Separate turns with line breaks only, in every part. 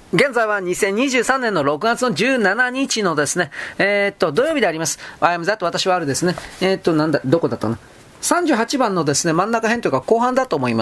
現在は2023年の6月の17日のですね、土曜日であります。I am that 私はあるですね。どこだったの ?38 番のですね、真ん中辺というか後半だと思います。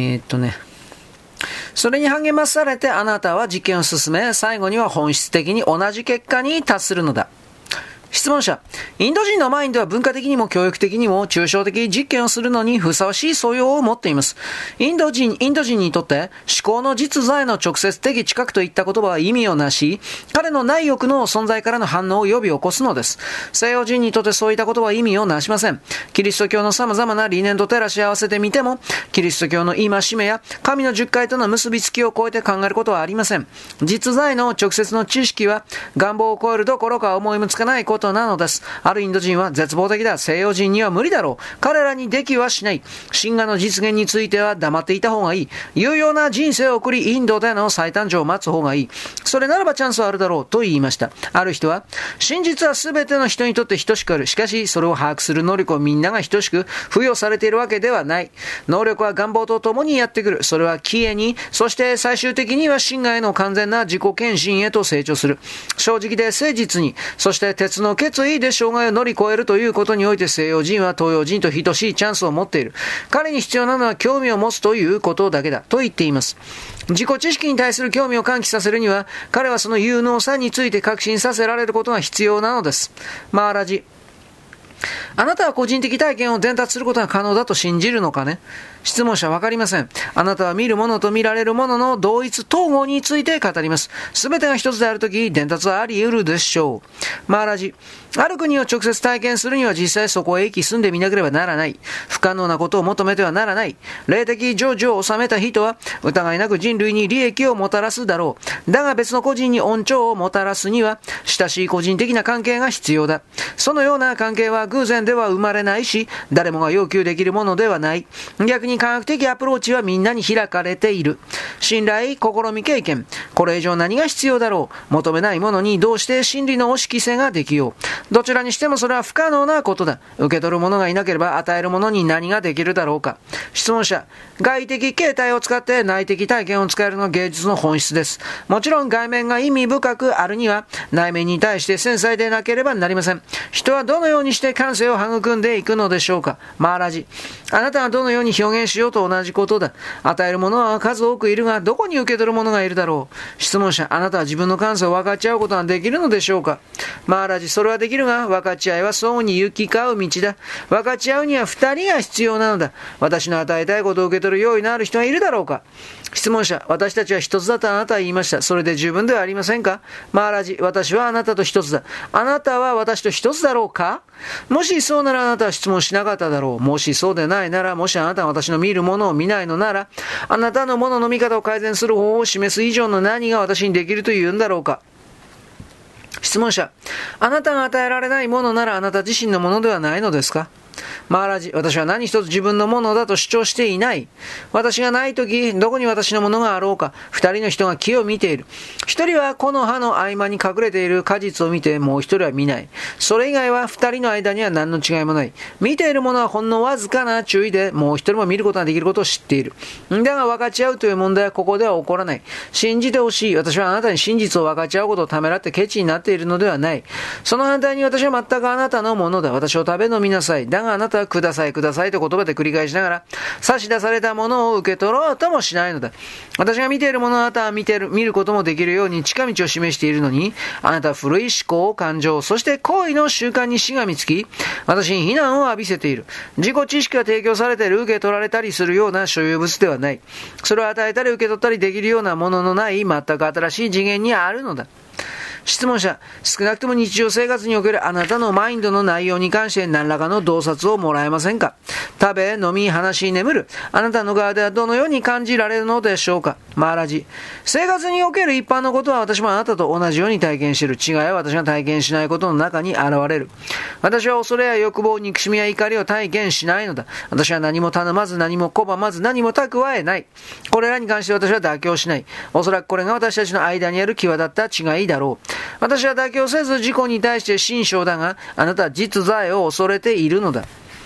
それに励まされてあなたは実験を進め、最後には本質的に同じ結果に達するのだ。質問者、インド人のマインドは文化的にも教育的にも抽象的実験をするのにふさわしい素養を持っています。インド人にとって思考の実在の直接的知覚といった言葉は意味をなし、彼の内欲の存在からの反応を呼び起こすのです。西洋人にとってそういったことは意味をなしません。キリスト教の様々な理念と照らし合わせてみても、キリスト教の戒めや神の十戒との結びつきを超えて考えることはありません。実在の直接の知識は願望を超えるどころか思いもつかないことなのです。あるインド人は絶望的だ。西洋人には無理だろう。彼らにできはしない。神話の実現については黙っていた方がいい。有用な人生を送り、インドでの再誕生を待つ方がいい。それならばチャンスはあるだろうと言いました。ある人は、真実は全ての人にとって等しくある。しかし、それを把握する能力をみんなが等しく付与されているわけではない。能力は願望と共にやってくる。それは消えに、そして最終的には真がへの完全な自己献身へと成長する。正直で誠実に、そして鉄の決意で障害を乗り越えるということにおいて西洋人は東洋人と等しいチャンスを持っている。彼に必要なのは興味を持つということだけだと言っています。自己知識に対する興味を喚起させるには、彼はその有能さについて確信させられることが必要なのです。マーラジ、あなたは個人的体験を伝達することが可能だと信じるのかね。質問者はわかりません。あなたは見るものと見られるものの同一統合について語ります。すべてが一つであるとき、伝達はあり得るでしょう。マーラジ、ある国を直接体験するには実際そこへ行き住んでみなければならない。不可能なことを求めてはならない。霊的成就を収めた人は疑いなく人類に利益をもたらすだろう。だが別の個人に恩寵をもたらすには親しい個人的な関係が必要だ。そのような関係は偶然では生まれないし、誰もが要求できるものではない。逆に科学的アプローチはみんなに開かれている。信頼、試み、経験。これ以上何が必要だろう。求めないものにどうして真理の押し着せができよう。どちらにしてもそれは不可能なことだ。受け取る者がいなければ与える者に何ができるだろうか。質問者、外的形態を使って内的体験を使えるのが芸術の本質です。もちろん外面が意味深くあるには内面に対して繊細でなければなりません。人はどのようにして感性を育んでいくのでしょうか。マーラジ、あなたはどのように表現しようと同じことだ。与える者は数多くいるが、どこに受け取る者がいるだろう。質問者、あなたは自分の感性を分かち合うことができるのでしょうか。マーラジ、それはできるが、分かち合いは相互に行き交う道だ。分かち合うには二人が必要なのだ。私の与えたいことを受け取る用意のある人がいるだろうか。質問者、私たちは一つだとあなたは言いました。それで十分ではありませんか。マーラジ、私はあなたと一つだ。あなたは私と一つだろうか。もしそうならあなたは質問しなかっただろう。もしそうでないなら、もしあなたが私の見るものを見ないのなら、あなたのものの見方を改善する方法を示す以上の何が私にできるというんだろうか。質問者、あなたが与えられないものならあなた自身のものではないのですか。マーラジ、私は何一つ自分のものだと主張していない。私がないとき、どこに私のものがあろうか、二人の人が木を見ている。一人はこの葉の合間に隠れている果実を見て、もう一人は見ない。それ以外は二人の間には何の違いもない。見ているものはほんのわずかな注意で、もう一人も見ることができることを知っている。だが分かち合うという問題はここでは起こらない。信じてほしい。私はあなたに真実を分かち合うことをためらってケチになっているのではない。その反対に私は全くあなたのものだ。私を食べ飲みなさい。だがあなたはくださいくださいと言葉で繰り返しながら差し出されたものを受け取ろうともしないのだ。私が見ているものをあなたは見ることもできるように近道を示しているのに、あなたは古い思考、感情、そして行為の習慣にしがみつき、私に非難を浴びせている。自己知識が提供されている、受け取られたりするような所有物ではない。それを与えたり受け取ったりできるようなもののない全く新しい次元にあるのだ。質問者、少なくとも日常生活におけるあなたのマインドの内容に関して何らかの洞察をもらえませんか。食べ、飲み、話し、眠る。あなたの側ではどのように感じられるのでしょうか。マーラジ、生活における一般のことは私もあなたと同じように体験している。違いは私が体験しないことの中に現れる。私は恐れや欲望、憎しみや怒りを体験しないのだ。私は何も頼まず、何も拒まず、何も蓄えない。これらに関して私は妥協しない。おそらくこれが私たちの間にある際立った違いだろう。私は妥協せず自己に対して心象だが、あなたは実在を恐れているのだ。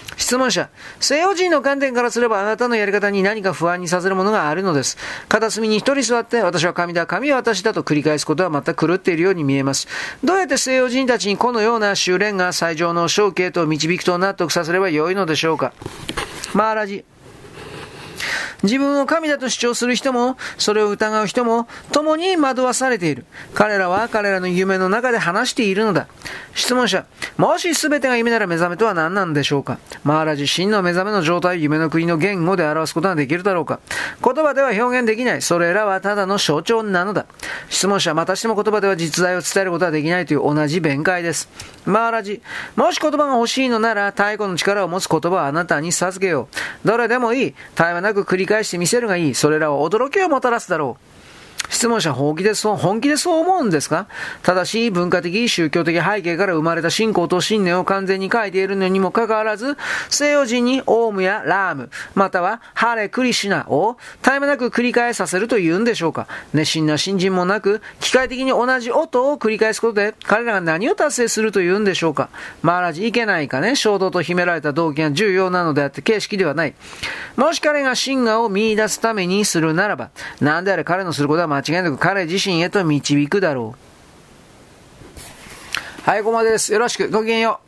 質問者、西洋人の観点からすればあなたのやり方に何か不安にさせるものがあるのです。片隅に一人座って、私は神だ、神は私だと繰り返すことは全く狂っているように見えます。どうやって西洋人たちにこのような修練が最上の正気へと導くと納得させればよいのでしょうか。マーラジ。自分を神だと主張する人も、それを疑う人も、共に惑わされている。彼らは彼らの夢の中で話しているのだ。質問者、もし全てが夢なら目覚めとは何なんでしょうか。マーラジ、真の目覚めの状態、夢の国の言語で表すことができるだろうか。言葉では表現できない。それらはただの象徴なのだ。質問者、またしても言葉では実在を伝えることはできないという同じ弁解です。マーラジ、もし言葉が欲しいのなら、太古の力を持つ言葉をあなたに授けよう。どれでもいい。絶え間なく繰り返してみせるがいい。それらは驚きをもたらすだろう。質問者、本気でそう思うんですか。正しい文化的、宗教的背景から生まれた信仰と信念を完全に書いているのにもかかわらず、西洋人にオウムやラーム、またはハレクリシナを絶え間なく繰り返させるというんでしょうか。熱心な信心もなく、機械的に同じ音を繰り返すことで、彼らが何を達成するというんでしょうか。マーラジ、いけないかね。衝動と秘められた動機が重要なのであって形式ではない。もし彼が真我を見出すためにするならば、なんであれ彼のすることは間違いなく彼自身へと導くだろう。はい、ここまでです。よろしく。ごきげんよう。